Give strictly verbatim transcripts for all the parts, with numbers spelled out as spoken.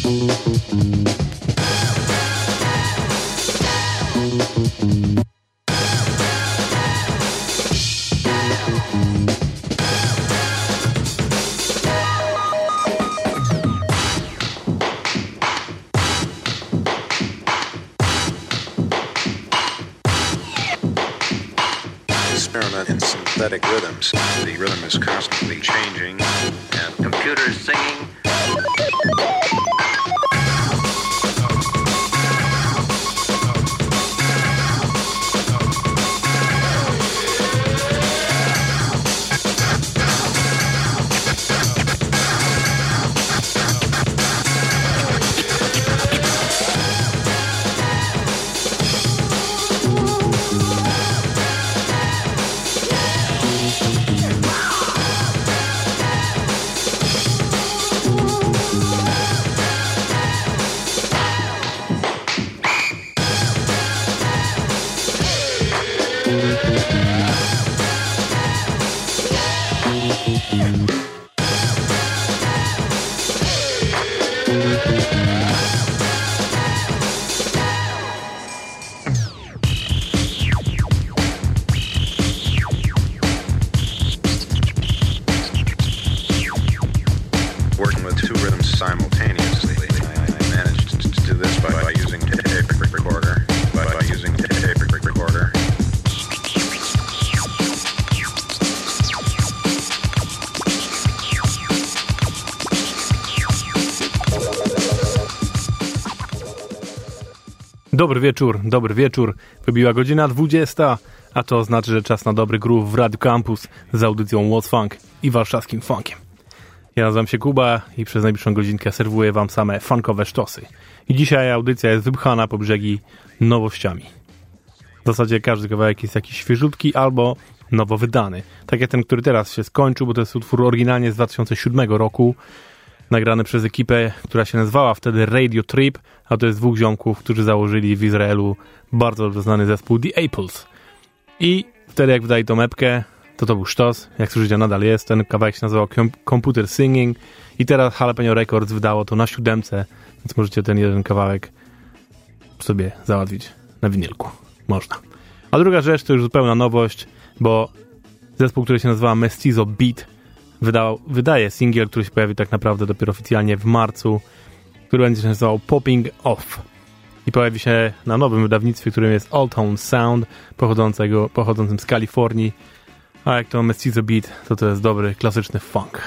Experiment in synthetic rhythms. The rhythm is constantly changing, and computers singing. Working with two rhythms simultaneously, I managed to do this by, by using a tape recorder, by, by using a tape recorder. Dobry wieczór, dobry wieczór. Wybiła godzina dwudziesta, a to znaczy, że czas na dobry groove w Radio Campus z audycją What's Funk i warszawskim funkiem. Ja nazywam się Kuba i przez najbliższą godzinkę serwuję wam same funkowe sztosy. I dzisiaj audycja jest wypchana po brzegi nowościami. W zasadzie każdy kawałek jest jakiś świeżutki albo nowo wydany. Tak jak ten, który teraz się skończył, bo to jest utwór oryginalnie z dwa tysiące siódmego roku, nagrany przez ekipę, która się nazywała wtedy Radio Trip, a to jest dwóch ziomków, którzy założyli w Izraelu bardzo dobrze znany zespół The Apples. I wtedy jak wydali tą epkę, to to był sztos. Jak słyszycie, nadal jest. Ten kawałek się nazywał Computer Singing i teraz Jalapeno Records wydało to na siódemce, więc możecie ten jeden kawałek sobie załatwić na winylku. Można. A druga rzecz to już zupełna nowość, bo zespół, który się nazywa Mestizo Beat wydał, wydaje singiel, który się pojawi tak naprawdę dopiero oficjalnie w marcu, który będzie się nazywał Popping Off. I pojawi się na nowym wydawnictwie, którym jest Old Town Sound, pochodzącego, pochodzącym z Kalifornii. A jak to Mestizo Beat, to to jest dobry, klasyczny funk.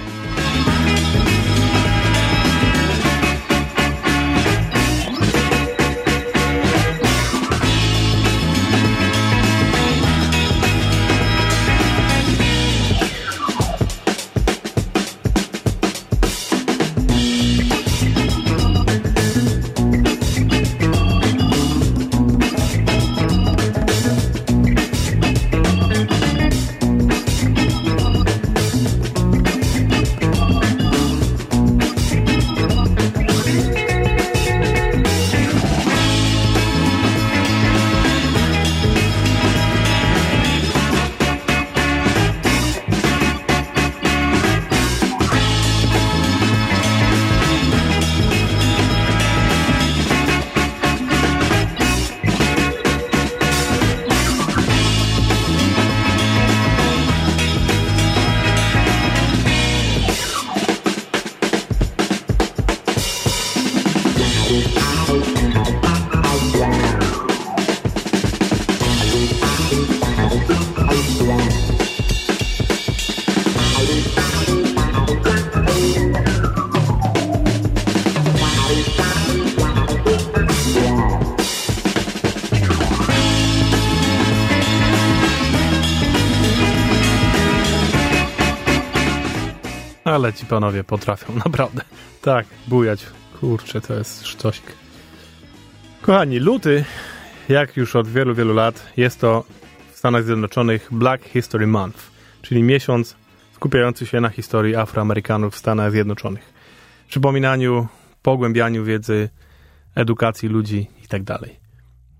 Ale ci panowie potrafią, naprawdę. Tak, bujać. Kurczę, to jest sztosik. Kochani, luty, jak już od wielu, wielu lat, jest to w Stanach Zjednoczonych Black History Month, czyli miesiąc skupiający się na historii Afroamerykanów w Stanach Zjednoczonych. Przypominaniu, pogłębianiu wiedzy, edukacji ludzi i tak dalej.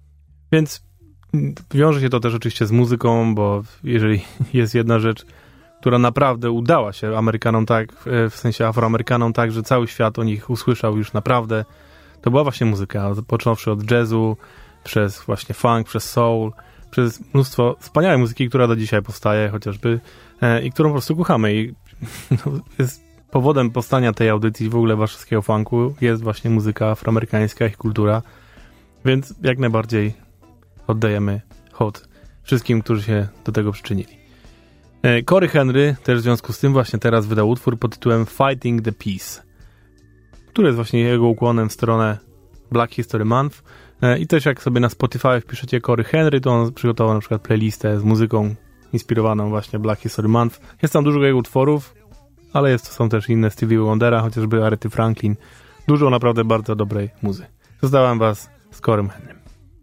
Więc wiąże się to też oczywiście z muzyką, bo jeżeli jest jedna rzecz, która naprawdę udała się Amerykanom tak, w sensie Afroamerykanom tak, że cały świat o nich usłyszał już naprawdę. To była właśnie muzyka, począwszy od jazzu, przez właśnie funk, przez soul, przez mnóstwo wspaniałej muzyki, która do dzisiaj powstaje chociażby e, i którą po prostu kochamy. I no, jest powodem powstania tej audycji w ogóle warszawskiego funku jest właśnie muzyka afroamerykańska, ich kultura, więc jak najbardziej oddajemy hołd wszystkim, którzy się do tego przyczynili. E, Cory Henry też w związku z tym właśnie teraz wydał utwór pod tytułem Fighting the Peace, który jest właśnie jego ukłonem w stronę Black History Month. I też jak sobie na Spotify wpiszecie Cory Henry, to on przygotował na przykład playlistę z muzyką inspirowaną właśnie Black History Month. Jest tam dużo jego utworów, ale jest, są też inne Stevie Wondera, chociażby Arethy Franklin. Dużo naprawdę bardzo dobrej muzy. Zostawiam was z Corym Henrym.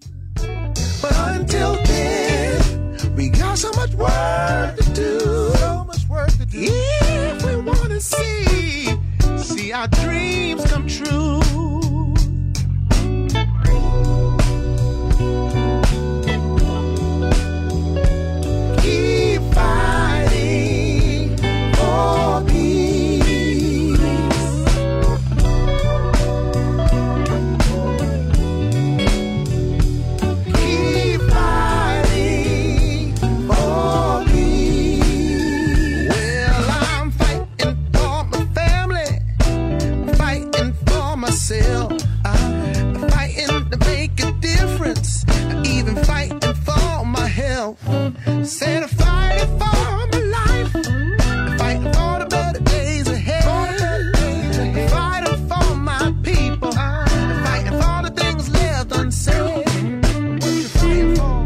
Said I'm fighting for my life, fighting for the better days ahead, fighting for my people, fighting for the things left unsaid. What you fighting for?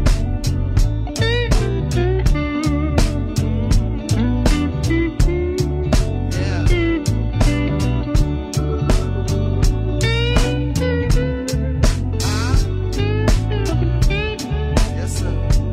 Yeah. Uh, yes, sir.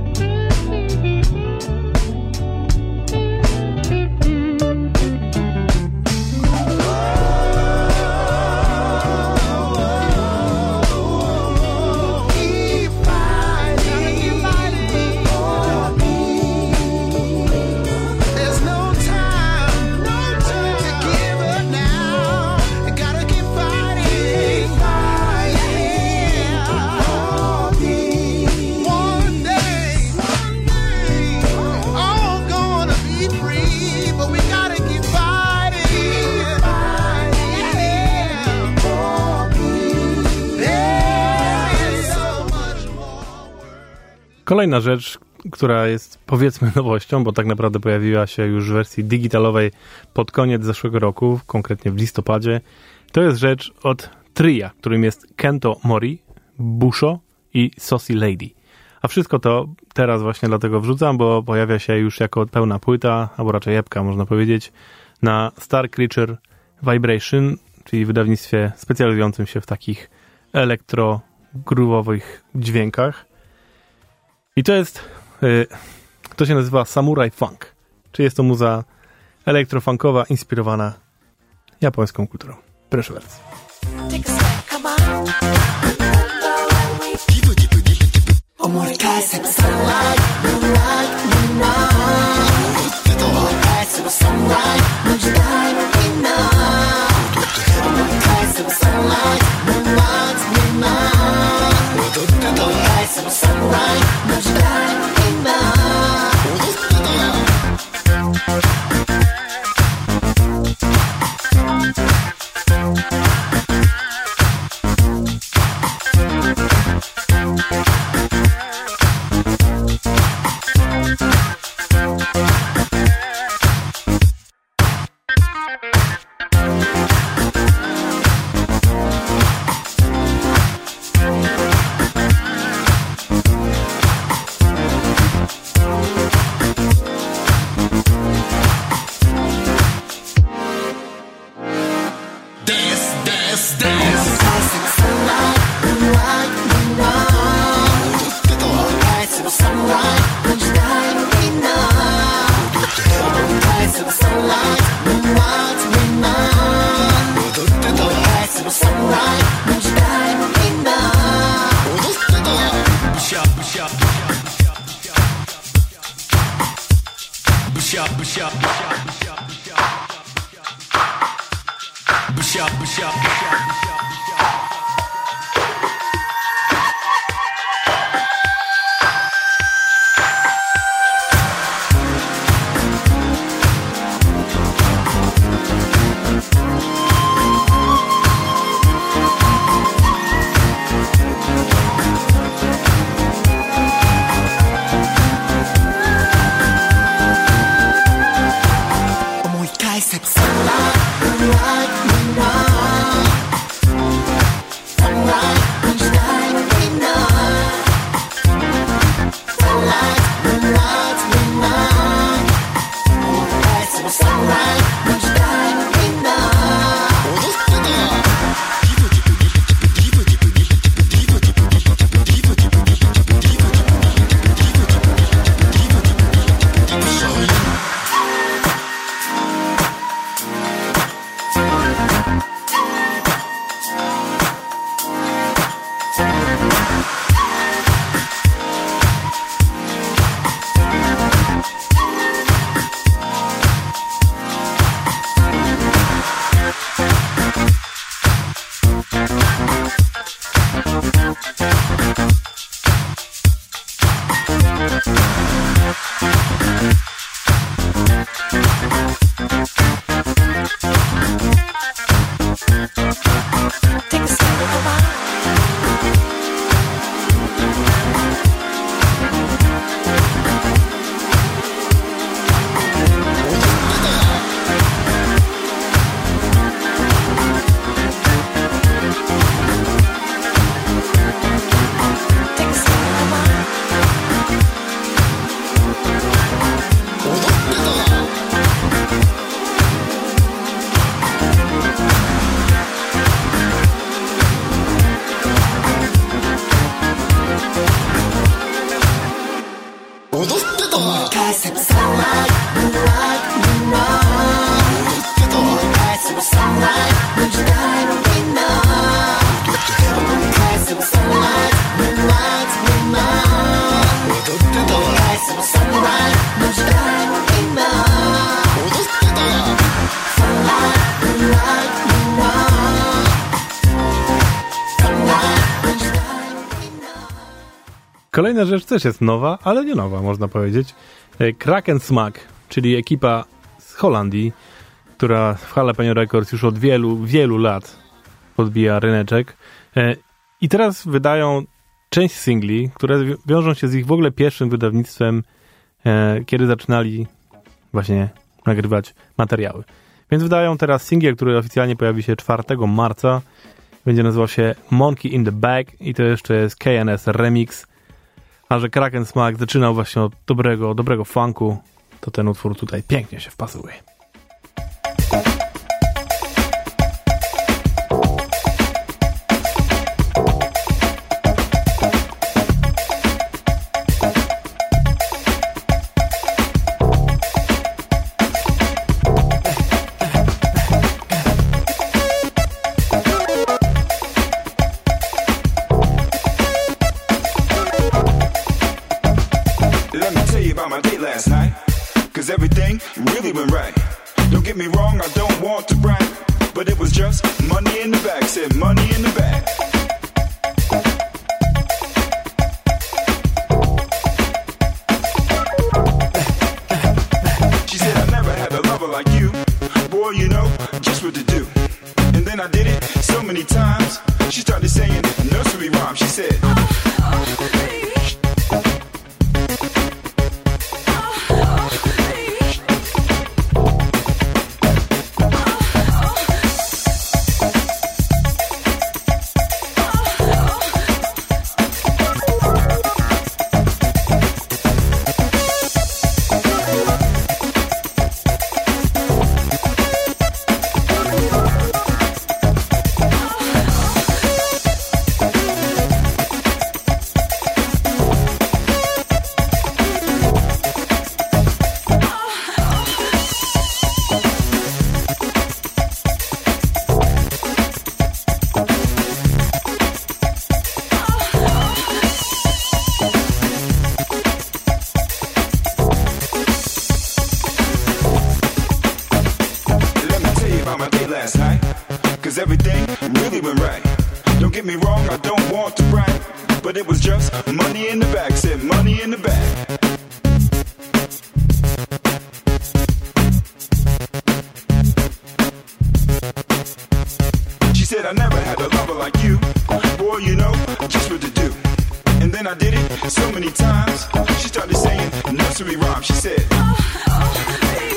Kolejna rzecz, która jest powiedzmy nowością, bo tak naprawdę pojawiła się już w wersji digitalowej pod koniec zeszłego roku, konkretnie w listopadzie, to jest rzecz od tria, którym jest Kento Mori, Busho i Saucy Lady. A wszystko to teraz właśnie dlatego wrzucam, bo pojawia się już jako pełna płyta, albo raczej epka można powiedzieć, na Star Creature Vibration, czyli wydawnictwie specjalizującym się w takich elektro-groovowych dźwiękach. I to jest, yy, to się nazywa Samurai Funk, czyli jest to muza elektrofunkowa inspirowana japońską kulturą. Proszę bardzo. sharp, sharp, sharp. Kolejna rzecz też jest nowa, ale nie nowa, można powiedzieć. Kraken Smack, czyli ekipa z Holandii, która w Jalapeno Records już od wielu, wielu lat podbija ryneczek. I teraz wydają część singli, które wiążą się z ich w ogóle pierwszym wydawnictwem, kiedy zaczynali właśnie nagrywać materiały. Więc wydają teraz singiel, który oficjalnie pojawi się czwartego marca. Będzie nazywał się Monkey in the Bag i to jeszcze jest K N S Remix. A że Kraken Smack zaczynał właśnie od dobrego, dobrego funku, to ten utwór tutaj pięknie się wpasuje. Everything really went right. Don't get me wrong, I don't want to brag, but it was just money in the bag. Said money in the bag. She said I never had a lover like you. Boy, you know just what to do. And then I did it so many times. She started saying nursery rhymes. She said cause everything really went right. Don't get me wrong, I don't want to brag, but it was just money in the bag, said money in the bag. She said I never had a lover like you, boy, you know just what to do. And then I did it so many times. She started saying nursery rhymes. She said, oh, oh, hey.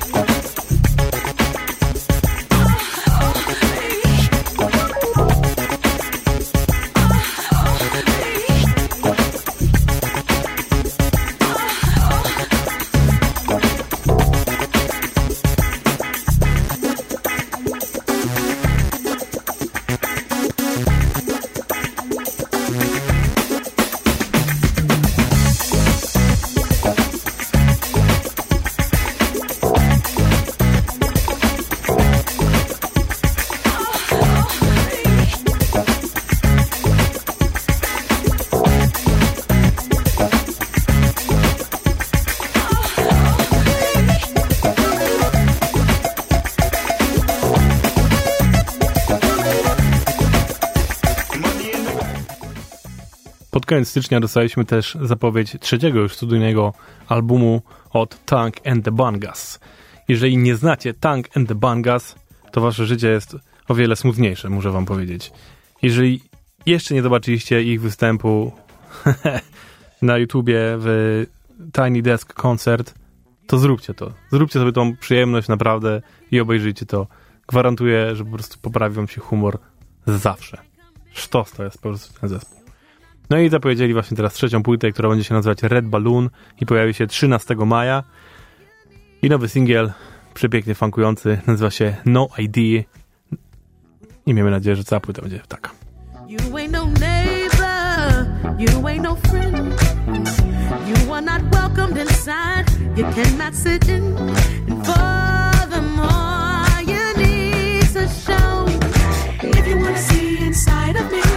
Pod koniec stycznia dostaliśmy też zapowiedź trzeciego już studyjnego albumu od Tank and the Bangas. Jeżeli nie znacie Tank and the Bangas, to wasze życie jest o wiele smutniejsze, muszę wam powiedzieć. Jeżeli jeszcze nie zobaczyliście ich występu na YouTubie w Tiny Desk Concert, to zróbcie to. Zróbcie sobie tą przyjemność naprawdę i obejrzyjcie to. Gwarantuję, że po prostu poprawi wam się humor zawsze. Sztos to jest po prostu ten zespół. No i zapowiedzieli właśnie teraz trzecią płytę, która będzie się nazywać Red Balloon i pojawi się trzynastego maja. I nowy singiel, przepięknie funkujący, nazywa się No I D. I miejmy nadzieję, że cała płyta będzie taka. You ain't no neighbor, you ain't no friend. You are not welcomed inside, you cannot sit in. And furthermore, you need to show. If you wanna see inside of me,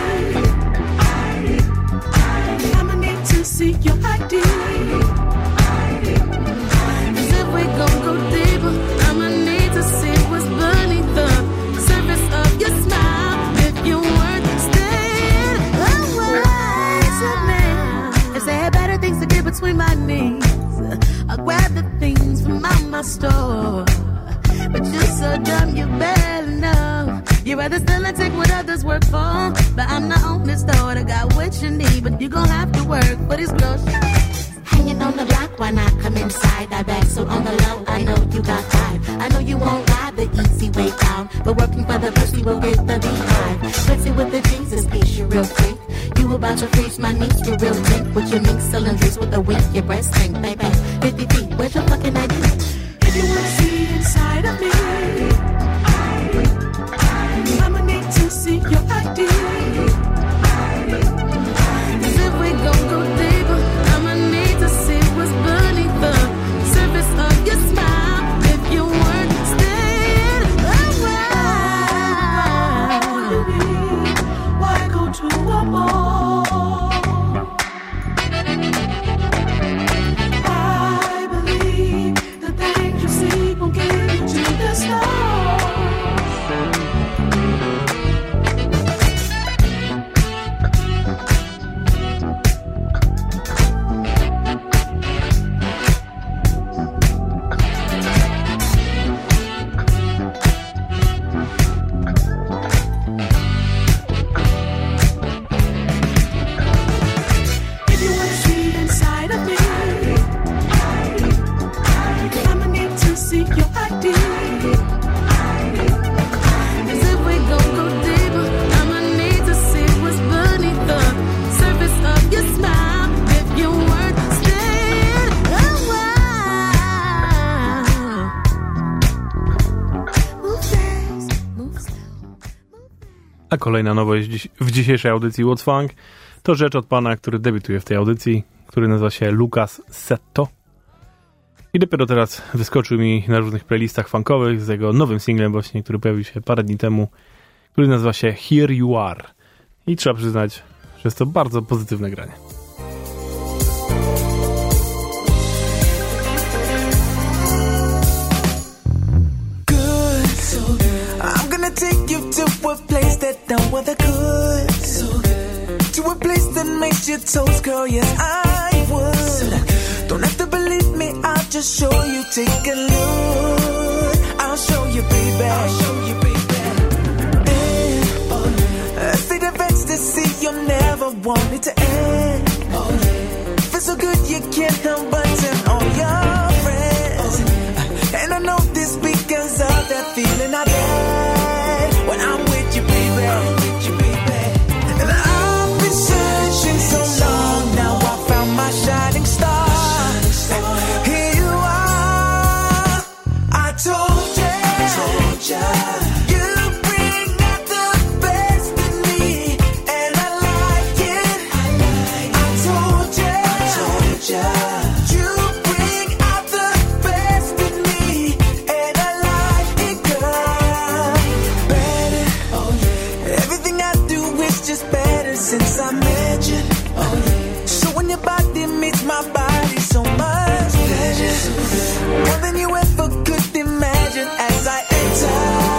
I'ma need to see your I D. Cause if we gon' go deeper, I'ma need to see what's beneath the surface of your smile. If you weren't staying away, so now, if there are better things to get between my knees, I'll grab the things from out my store. But you're so dumb, you barely know. You rather still and take what others work for. But I'm the only store that got what you need. But you gon' have to work for these groceries. Hanging on the block, why not come inside? I bet so on the low, I know you got five. I know you won't ride the easy way down, but working for the pussy will get the behind. Pussy with the Jesus piece, you real freak. You about to freeze my knees, you real drink. With your mink cylinders with a wink, your breast stink, baby. fifty feet, where's your fucking I D? If you wanna see inside of me, I'ma need to see your I D. Cause if we gon' go deeper, I'ma need to see what's beneath the surface of your smile. If you weren't staying around, why go to a mall? I believe the things you see will get you to the stars. A kolejna nowość dziś, w dzisiejszej audycji What's Funk to rzecz od pana, który debiutuje w tej audycji, który nazywa się Lucas Setto. I dopiero teraz wyskoczył mi na różnych playlistach funkowych z jego nowym singlem właśnie, który pojawił się parę dni temu, który nazywa się Here You Are. I trzeba przyznać, że jest to bardzo pozytywne granie. Good, so I'm gonna take you to a place that no other could. So good. To a place that makes your toes curl, yes I would. So don't have to believe me, I'll just show you. Take a look, I'll show you, baby. I'll show you, baby. And, oh, yeah. A state of ecstasy you'll never want it to end. Oh, yeah. Feels so good you can't help but tell all your friends. Oh, yeah. And I know this because of that feeling I get when I'm with you, baby. I'm with you, baby. And I've been searching so long, now I found my shining star. Shining star. Here you are. I told you, I told you, you bring out the best in me, and I like it. I like it. I told you, I told you, you bring out the best in me, and I like it, girl. Better, oh yeah. Everything I do is just better since I met you. Oh yeah. So when your body meets my body, so much pleasure, more than you ever could imagine. As I enter,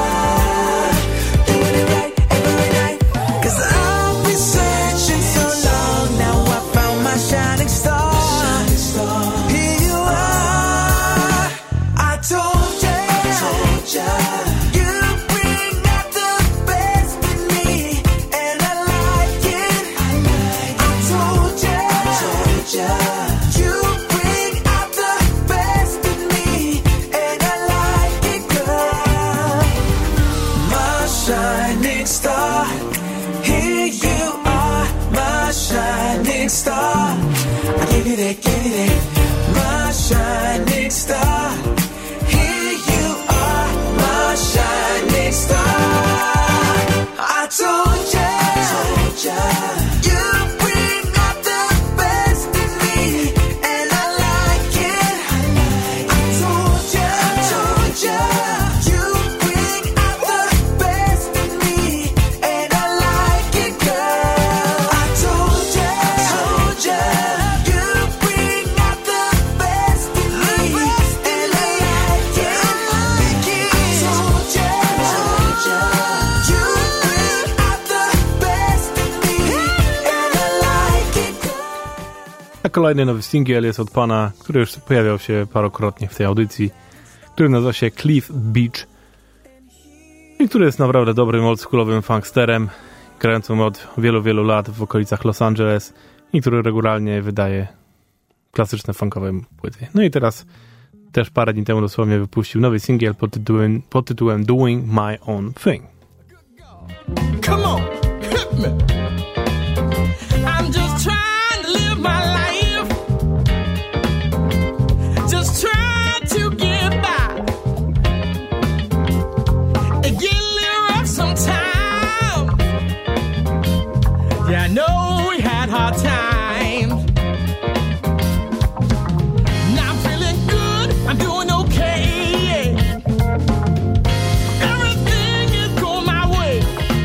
doing it right every night. 'Cause I've been searching so long, now I found my shining star. Shining star. Here you are. I told you, I told you, you bring out the best in me, and I like it. I like it. I told you, I told you, you bring out the best in me, and I like it, girl. My shining star, here you are, my shining star. I give you that, give you that, my shining star. Here you are, my shining star. I told you, I told you, you bring out the best in me, and I like it. I like it. I told you, I told you, you bring out the best in me, and I like it, girl. I told you, I told you, you bring out the best in me, and I like it. I like it. I told you, I told you, you bring out the best in me, and I like it, girl. A kolejny nowy singiel jest od pana, który już pojawiał się parokrotnie w tej audycji, który nazywa się Cliff Beach i który jest naprawdę dobrym oldschoolowym funksterem, grającym od wielu, wielu lat w okolicach Los Angeles i który regularnie wydaje klasyczne funkowe płyty. No i teraz też parę dni temu dosłownie wypuścił nowy singiel pod tytułem, pod tytułem Doing My Own Thing. Come on, hit me. I'm just trying to live my life. Just trying to get by. It get a little rough sometimes. Yeah, I know we had hard times. Now I'm feeling good, I'm doing okay. Everything is going my way.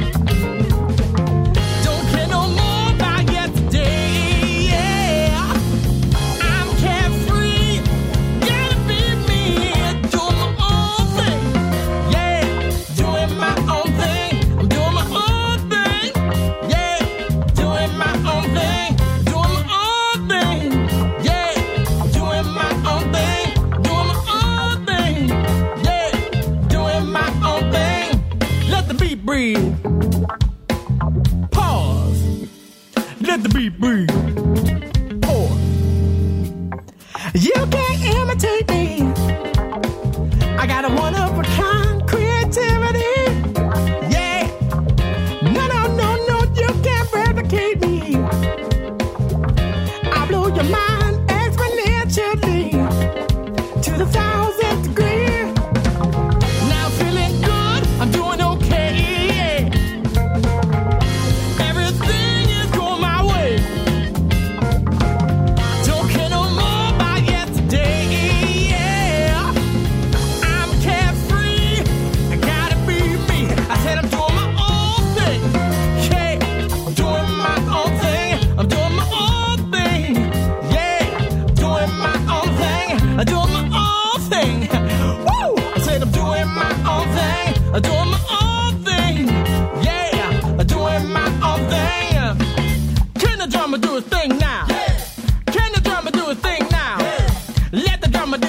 Don't care no more about yesterday. Yeah, I'm carefree, gotta be me, doing my own thing. Yeah, doing my own thing. I'm doing my own thing. Yeah, doing my own thing. Doing my own thing. Yeah, doing my own thing. Doing my own thing. Yeah, doing my own thing. Let the beat breathe. Pause. Let the beat breathe. Pause. You can't imitate me. I got a one of a kind creativity. Yeah. No, no, no, no, you can't replicate me. I blow your mind exponentially to the thousandth degree. Now I'm feeling good, I'm doing okay. Everything is going my way. Don't care no more about yesterday. Yeah, I'm carefree, I gotta be me. I said I'm doing my own thing. Yeah, I'm doing my own thing. I'm doing my own thing. Yeah, doing my own thing. I'm doing my own thing. Woo! I said I'm doing my own thing. I'm doing my own thing.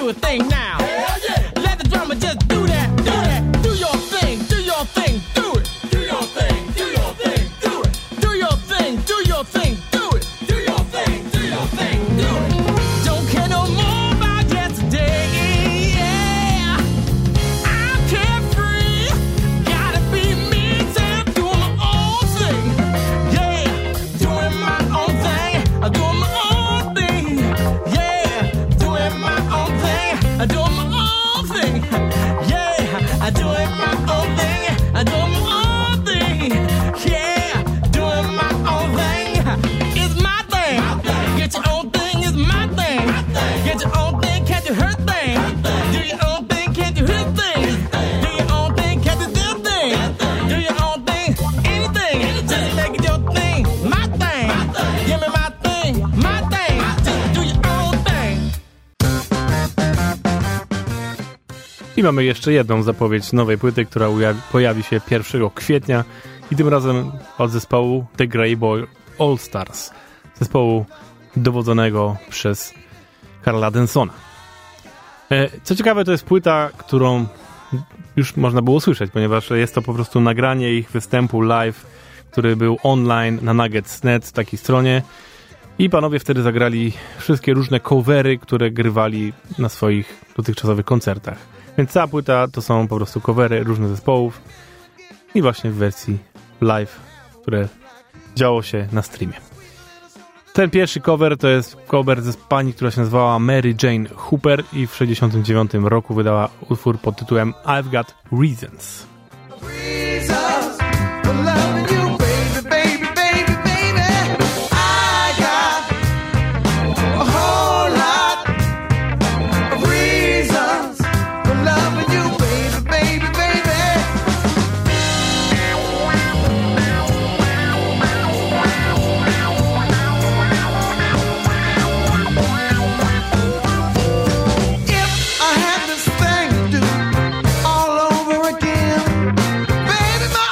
do a thing now. Let the drummer just do that, do that. Do your thing, do your thing, do it. Do your thing, do your thing, do it. Do your thing, do your thing, do it. Do your thing, do your thing, do it. Don't care no more about yesterday. Yeah, I'm carefree. Gotta be me, self, doing my own thing. Yeah, doing my own thing. I'm doing my own thing. Yeah, doing my own thing. I'm doing my own thing. Yeah, I'm doing my own thing. I'm doing my own thing. Yeah, doing my own thing. It's my thing. Get your own thing. It's my thing. Get your own thing. Can't you hurt thing? Do your own thing. Can't you hurt thing? Do your own thing. Can't you do thing? Do your own thing. Anything. Just make it your thing. My thing. Give me my thing. My thing. Just do your own thing. I mamy jeszcze jedną zapowiedź nowej płyty, która uja- pojawi się pierwszego kwietnia i tym razem od zespołu The Grey Boy All Stars, zespołu dowodzonego przez Karla Densona. E, Co ciekawe, to jest płyta, którą już można było słyszeć, ponieważ jest to po prostu nagranie ich występu live, który był online na nuggets kropka net, takiej stronie, i panowie wtedy zagrali wszystkie różne covery, które grywali na swoich dotychczasowych koncertach. Więc cała płyta to są po prostu covery różnych zespołów i właśnie w wersji live, które działo się na streamie. Ten pierwszy cover to jest cover ze pani, która się nazywała Mary Jane Hooper i w sześćdziesiątym dziewiątym roku wydała utwór pod tytułem I've Got Reasons. Reasons for loving you, baby, baby, baby, baby. I got a whole lot of reasons for loving you, baby, baby, baby. If I had this thing to do all over again, baby, my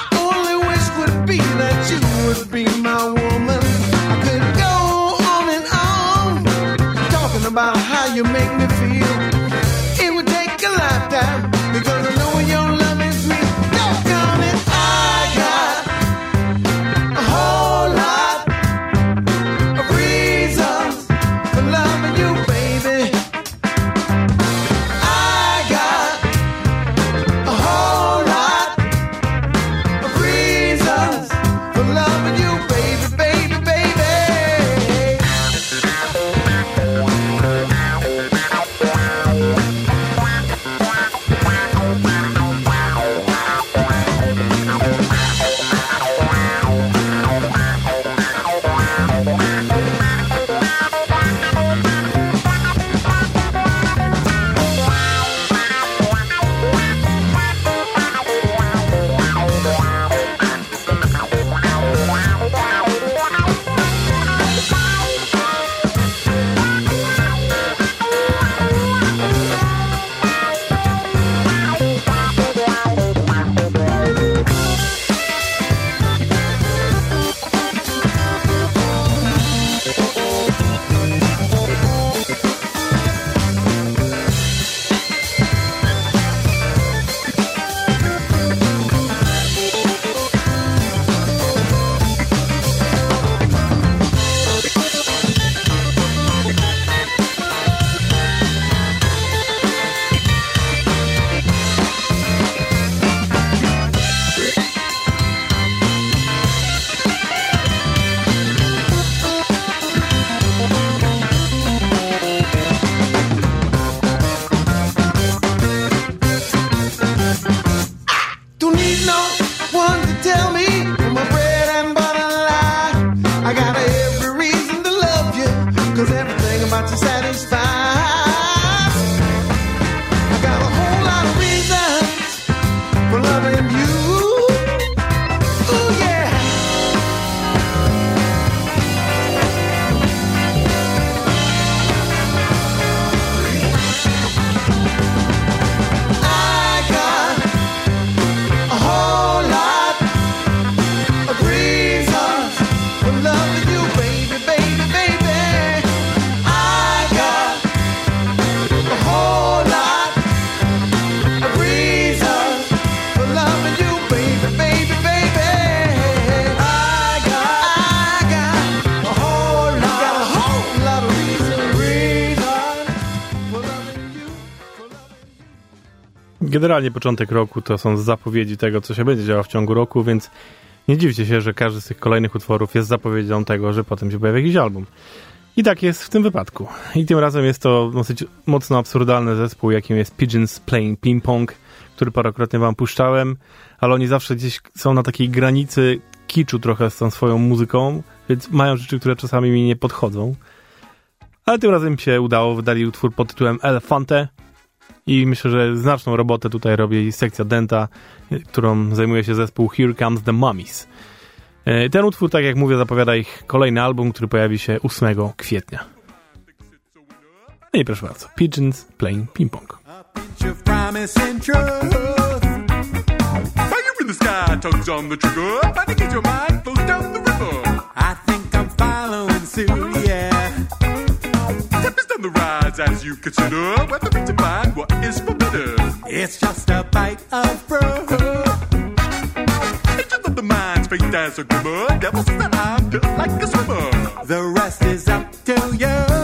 Generalnie początek roku to są zapowiedzi tego, co się będzie działo w ciągu roku, więc nie dziwcie się, że każdy z tych kolejnych utworów jest zapowiedzią tego, że potem się pojawi jakiś album. I tak jest w tym wypadku. I tym razem jest to dosyć mocno absurdalny zespół, jakim jest Pigeons Playing Ping Pong, który parokrotnie wam puszczałem, ale oni zawsze gdzieś są na takiej granicy kiczu trochę z tą swoją muzyką, więc mają rzeczy, które czasami mi nie podchodzą. Ale tym razem się udało, wydali utwór pod tytułem Elefante i myślę, że znaczną robotę tutaj robi sekcja Denta, którą zajmuje się zespół Here Comes the Mummies. Ten utwór, tak jak mówię, zapowiada ich kolejny album, który pojawi się ósmego kwietnia. No i proszę bardzo, Pigeons Playing Ping Pong. Pinch of promise and truth. Fire in the sky, tugs on the trigger. Fighting in your mind, flows down the river. I think I'm following suit, yeah. Tempest on the rise as you consider whether to find what is forbidden. It's just a bite of fruit. Angel of the mind's faith as a glimmer. Devil says that I'm built like a swimmer. The rest is up to you.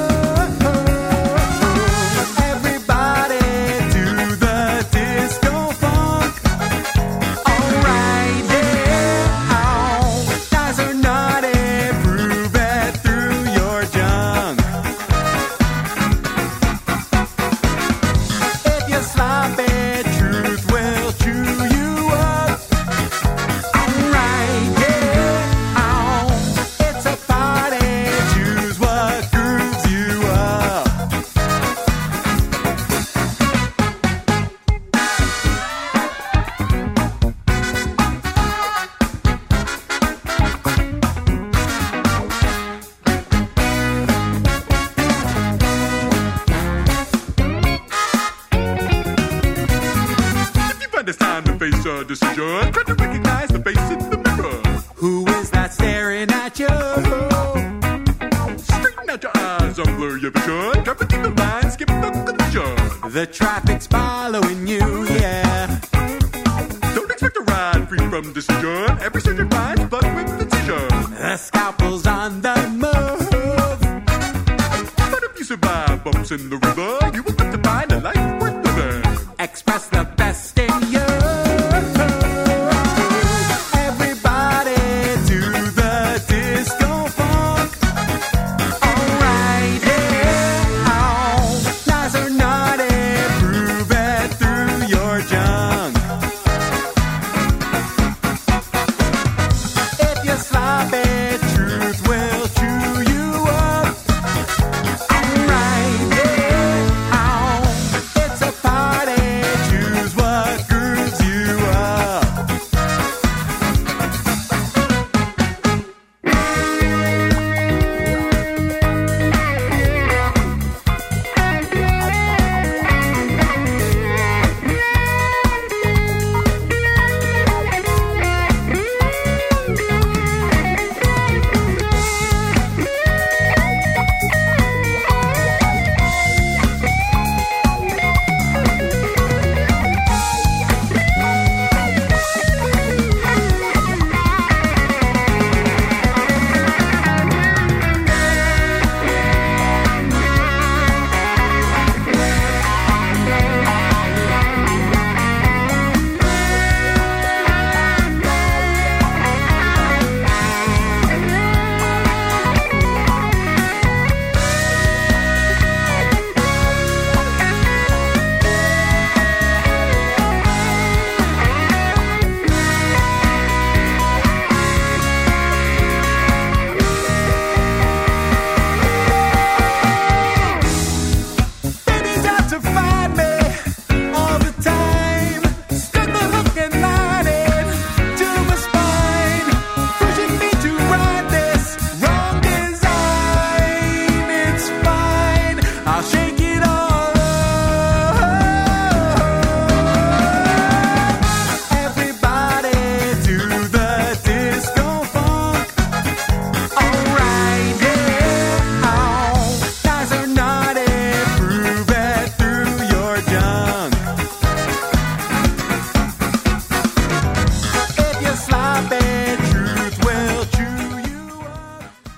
Decision. Try to recognize the face in the mirror. Who is that staring at you? Straighten out your eyes, unblur your vision. Drop between the lines, skip the collision. The traffic's following you, yeah. Don't expect a ride free from decision. Every surgeon finds blood with precision. The scalpel's on the move. But if you survive bumps in the river, you will get to find a life worth living. Express the best in you. Choose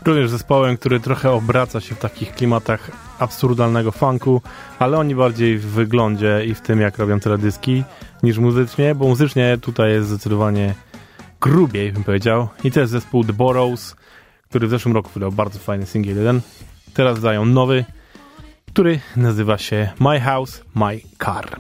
Również zespołem, który trochę obraca się w takich klimatach absurdalnego funku, ale oni bardziej w wyglądzie i w tym, jak robią teledyski, niż muzycznie, bo muzycznie tutaj jest zdecydowanie grubiej, bym powiedział. I to jest zespół The Burrows, który w zeszłym roku wydał bardzo fajny singiel jeden. Teraz dają nowy, który nazywa się My House, My Car.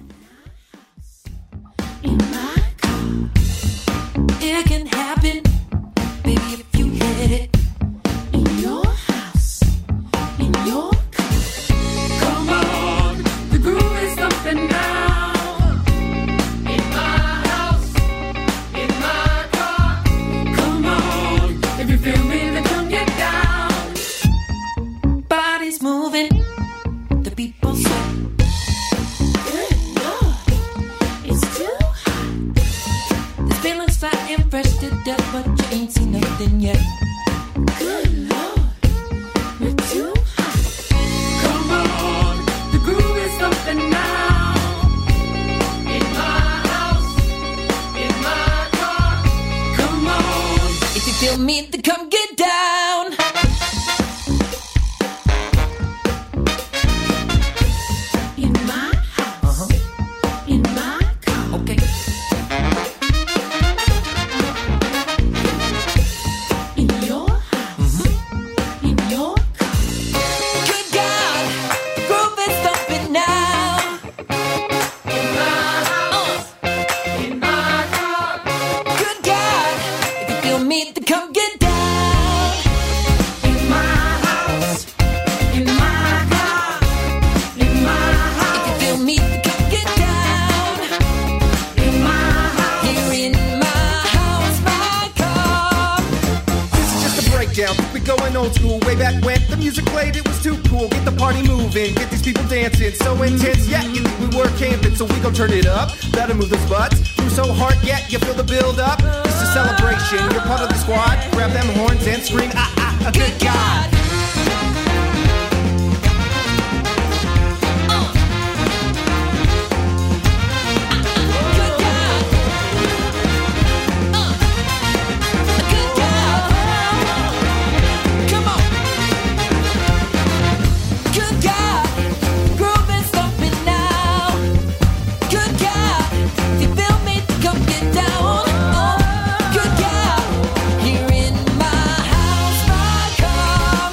In my car, it can happen, baby, if you let it. In your house, in your car. Come on, the groove is thumping now. In my house, in my car. Come on, if you feel me, then come get down. Body's moving, the people say. Good Lord, it's too hot. This feeling's fat and fresh to death, but you ain't seen nothing yet. Good Lord, we're too hot. Come on, the groove is thumping now. In my house, in my car. Come on, if you feel me, then come get down. In my house, in my car. Okay. In your house, in your car. Good God, the groove is thumping now. In my house, in my car. Good God, if you feel me, then come get down. In my house, in my car. In my house, if you feel me, then come get down. In my house, here in my house, my car. This is just a breakdown. We going old school. Way back when the music played, it was too cool. Get the party moving, get these people dancing. So intense, yeah, you think we were camping. So we gon' turn it up, let 'em move those butts. Move so hard, yeah, you feel the build up. It's a celebration, you're part of the squad. Grab them horns and scream, ah, ah, ah, good God. Good God. Uh. Good God. Come on. Good God. Groove is thumping now. Good God. If you feel me, come get down. Oh. Good God. Here in my house, my car.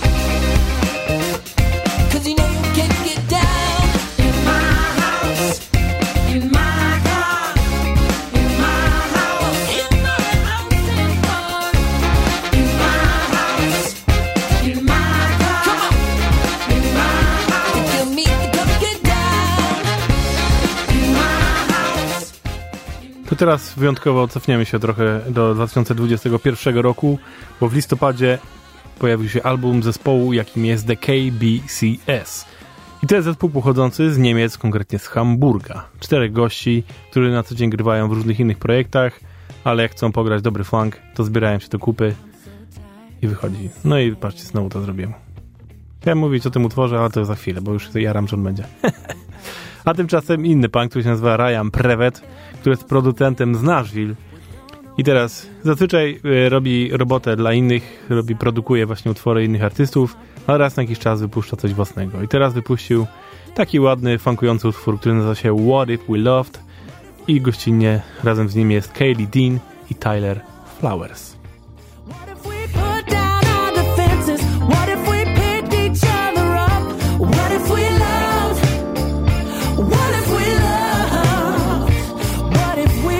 'Cause you know you can't get down. In my house. In my car. In my house. In my house. In my In my house. In my car. Come on. In my house. If you feel me, come get down. In my house. To teraz wyjątkowo cofniemy się trochę do dwa tysiące dwudziestego pierwszego roku, bo w listopadzie pojawił się album zespołu, jakim jest The K B C S. I to jest zespół pochodzący z Niemiec, konkretnie z Hamburga. Czterech gości, którzy na co dzień grywają w różnych innych projektach, ale jak chcą pograć dobry funk, to zbierają się do kupy i wychodzi. No i patrzcie, znowu to zrobiłem. Chciałem mówić o tym utworze, ale to za chwilę, bo już jaram, że on będzie. A tymczasem inny punk, który się nazywa Ryan Prevet, który jest producentem z Nashville. I teraz zazwyczaj y, robi robotę dla innych, robi, produkuje właśnie utwory innych artystów, a raz na jakiś czas wypuszcza coś własnego. I teraz wypuścił taki ładny, funkujący utwór, który nazywa się What If We Loved, i gościnnie razem z nim jest Kaylee Dean i Tyler Flowers. What if we put down our defenses? What if we picked each other up? What if we loved? What if we loved? What if we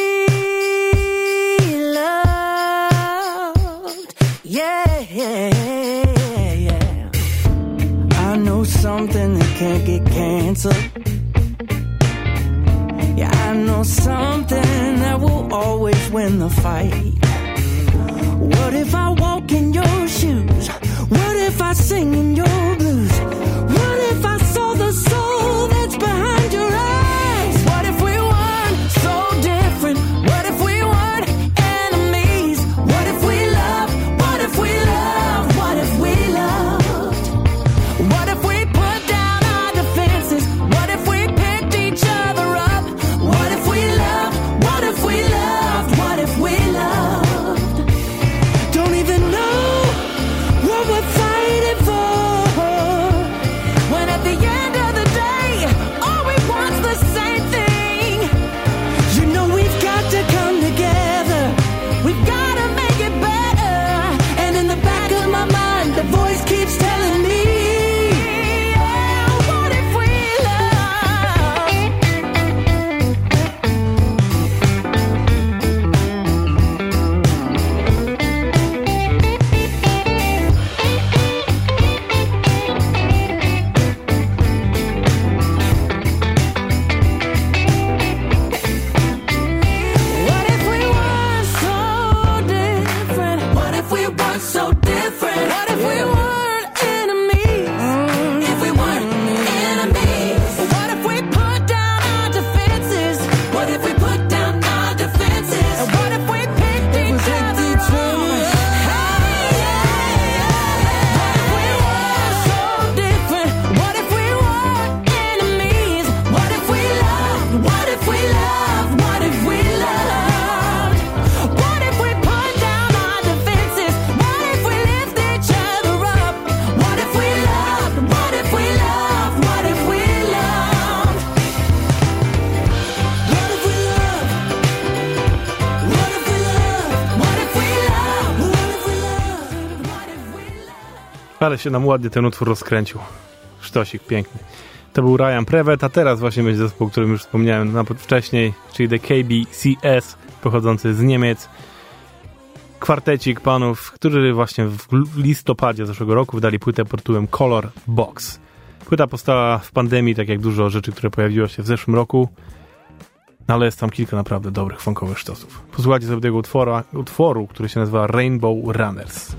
loved? Yeah, yeah, yeah. I know something that can't get canceled. Yeah, I know something that will always win the fight. What if I walk in your shoes? What if I sing in your blues? What if I saw the soul that's behind your eyes? What if we weren't so different? What if we weren't enemies? What if we loved? What if we loved? What if we loved? What if we put down our defenses? What if we picked each other up? What if we loved? What if we loved? What if we loved? Don't even know what Ale się nam ładnie ten utwór rozkręcił. Sztosik piękny. To był Ryan Prevet, a teraz właśnie będzie zespół, o którym już wspomniałem wcześniej, czyli The K B C S, pochodzący z Niemiec. Kwartecik panów, którzy właśnie w listopadzie zeszłego roku wydali płytę pod tytułem Color Box. Płyta powstała w pandemii, tak jak dużo rzeczy, które pojawiło się w zeszłym roku, ale jest tam kilka naprawdę dobrych funkowych sztosów. Posłuchajcie sobie tego utwora, utworu, który się nazywa Rainbow Runners.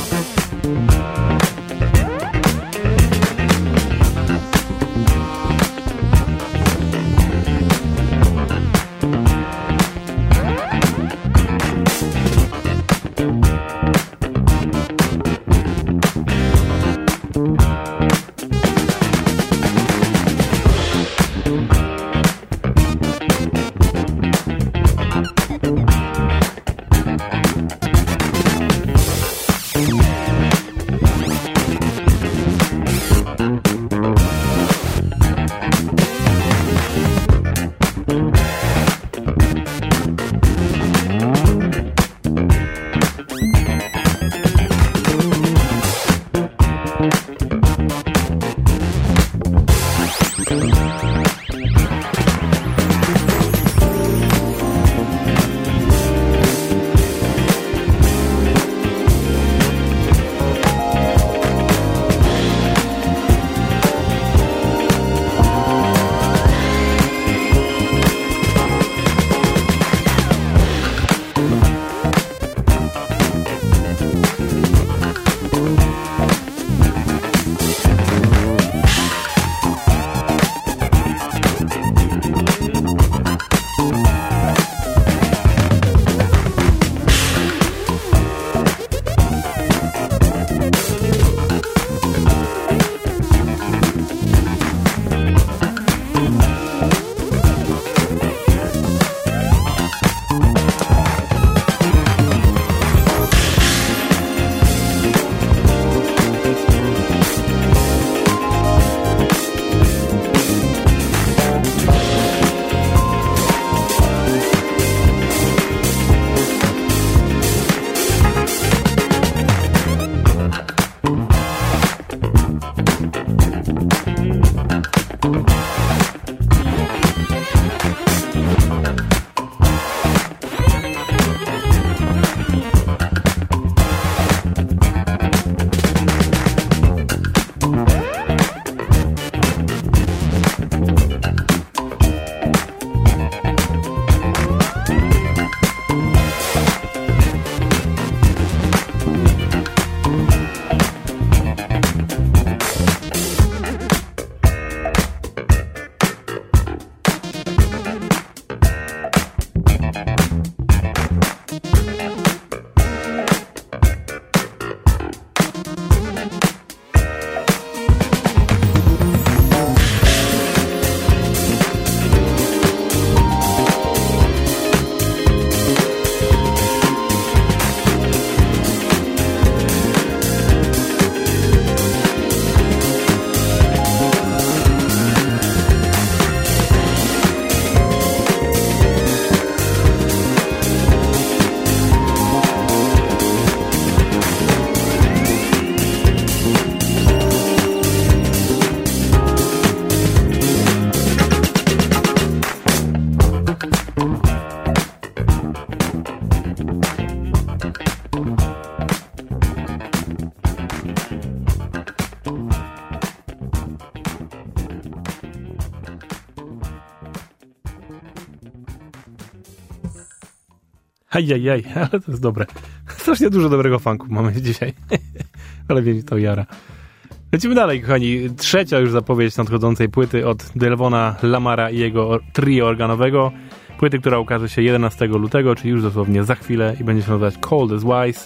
Ajajaj, ale to jest dobre. Strasznie dużo dobrego funku mamy dzisiaj. Ale wiecie, to jara. Lecimy dalej, kochani. Trzecia już zapowiedź nadchodzącej płyty od Delvona Lamara i jego trio organowego. Płyty, która ukaże się jedenastego lutego, czyli już dosłownie za chwilę i będzie się nazywać Cold as Wise.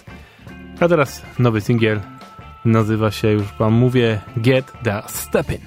A teraz nowy singiel. Nazywa się, już wam mówię, Get the Steppin'.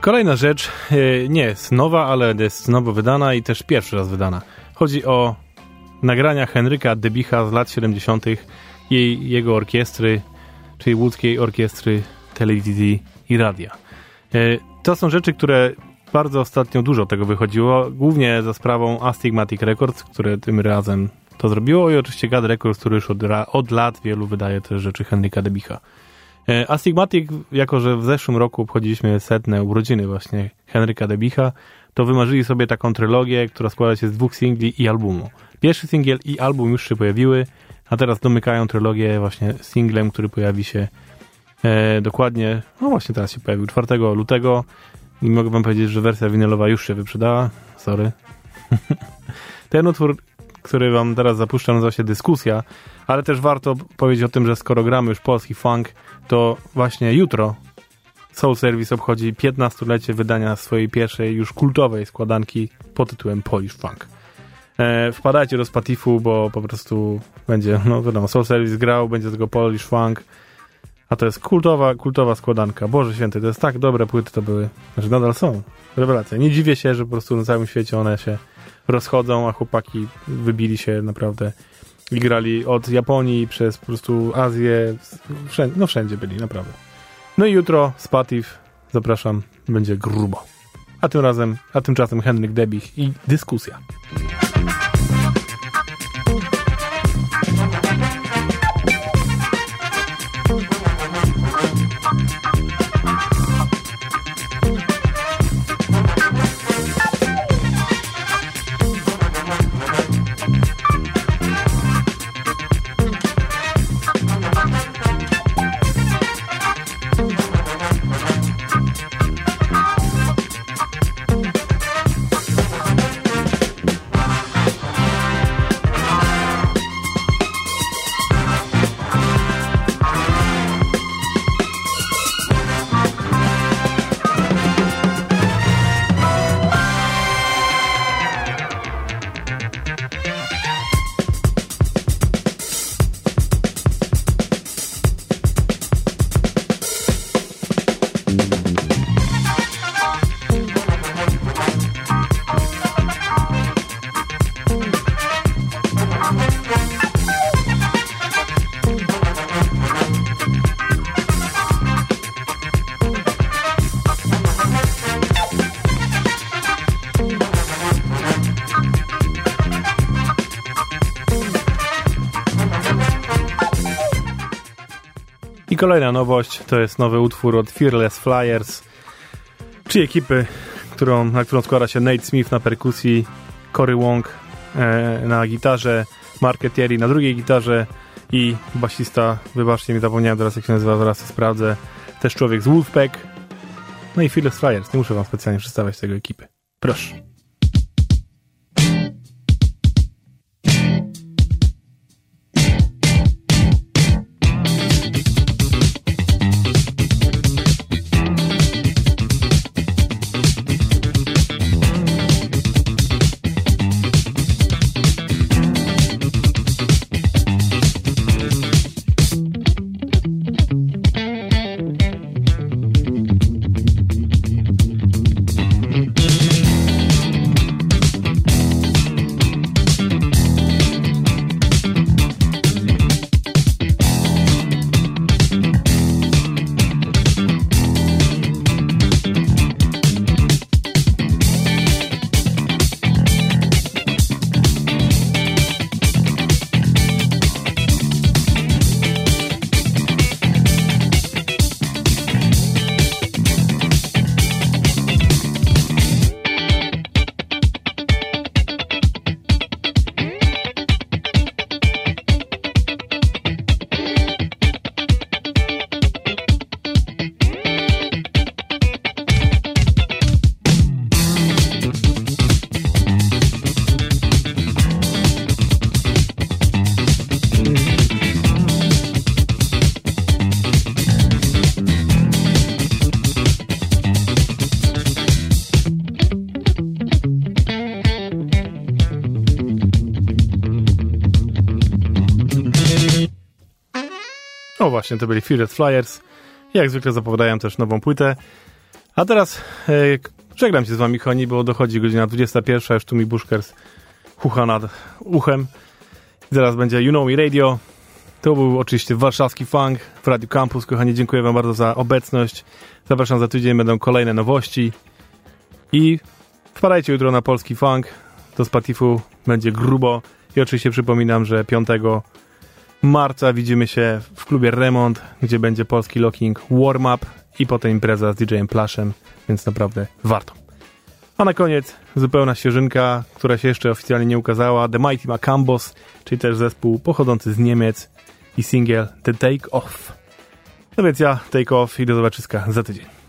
Kolejna rzecz e, nie jest nowa, ale jest znowu wydana i też pierwszy raz wydana. Chodzi o nagrania Henryka Debicha z lat siedemdziesiątych i jego orkiestry, czyli łódzkiej orkiestry telewizji i radia. E, to są rzeczy, które bardzo ostatnio dużo tego wychodziło, głównie za sprawą Astigmatic Records, które tym razem to zrobiło, i oczywiście Gad Records, który już od, od lat wielu wydaje też rzeczy Henryka Debicha. E, Astigmatic, jako że w zeszłym roku obchodziliśmy setne urodziny właśnie Henryka Debicha, to wymarzyli sobie taką trylogię, która składa się z dwóch singli i albumu. Pierwszy singiel i album już się pojawiły, a teraz domykają trylogię właśnie singlem, który pojawi się e, dokładnie, no właśnie teraz się pojawił, czwartego lutego, i mogę wam powiedzieć, że wersja winylowa już się wyprzedała. Sorry. Ten utwór, który wam teraz zapuszczam, nazywa się Dyskusja, ale też warto powiedzieć o tym, że skoro gramy już polski funk, to właśnie jutro Soul Service obchodzi piętnastolecie wydania swojej pierwszej, już kultowej składanki pod tytułem Polish Funk. E, wpadajcie do Spotify, bo po prostu będzie, no wiadomo, Soul Service grał, będzie tego Polish Funk, a to jest kultowa, kultowa składanka. Boże święty, to jest tak dobre płyty to były, że nadal są. Rewelacja. Nie dziwię się, że po prostu na całym świecie one się rozchodzą, a chłopaki wybili się naprawdę i grali od Japonii przez po prostu Azję, wszędzie, no wszędzie byli, naprawdę. No i jutro Spotify, zapraszam, będzie grubo. A tym razem, a tymczasem Henryk Debich i Dyskusja. I kolejna nowość, to jest nowy utwór od Fearless Flyers, czyli ekipy, którą, na którą składa się Nate Smith na perkusji, Cory Wong e, na gitarze, Mark Etieri na drugiej gitarze i basista, wybaczcie mi, zapomniałem teraz jak się nazywa, zaraz to sprawdzę, też człowiek z Wolfpack, no i Fearless Flyers, nie muszę wam specjalnie przedstawiać tego ekipy. Proszę. No właśnie, to byli Fearless Flyers. Jak zwykle zapowiadają też nową płytę. A teraz e, żegnam się z wami, kochani, bo dochodzi godzina dwudziesta pierwsza, już tu mi Buszkers chucha nad uchem. Zaraz będzie You Know Me Radio. To był oczywiście warszawski funk w Radio Campus. Kochani, dziękuję wam bardzo za obecność. Zapraszam za tydzień, będą kolejne nowości. I wpadajcie jutro na polski funk. Do Spotify będzie grubo. I oczywiście przypominam, że piątego marca widzimy się w klubie Remont, gdzie będzie polski locking warm-up i potem impreza z D J-em Plashem, więc naprawdę warto. A na koniec zupełna świeżynka, która się jeszcze oficjalnie nie ukazała, The Mighty Macambos, czyli też zespół pochodzący z Niemiec i singiel The Take Off. No więc ja Take Off i do zobaczyska za tydzień.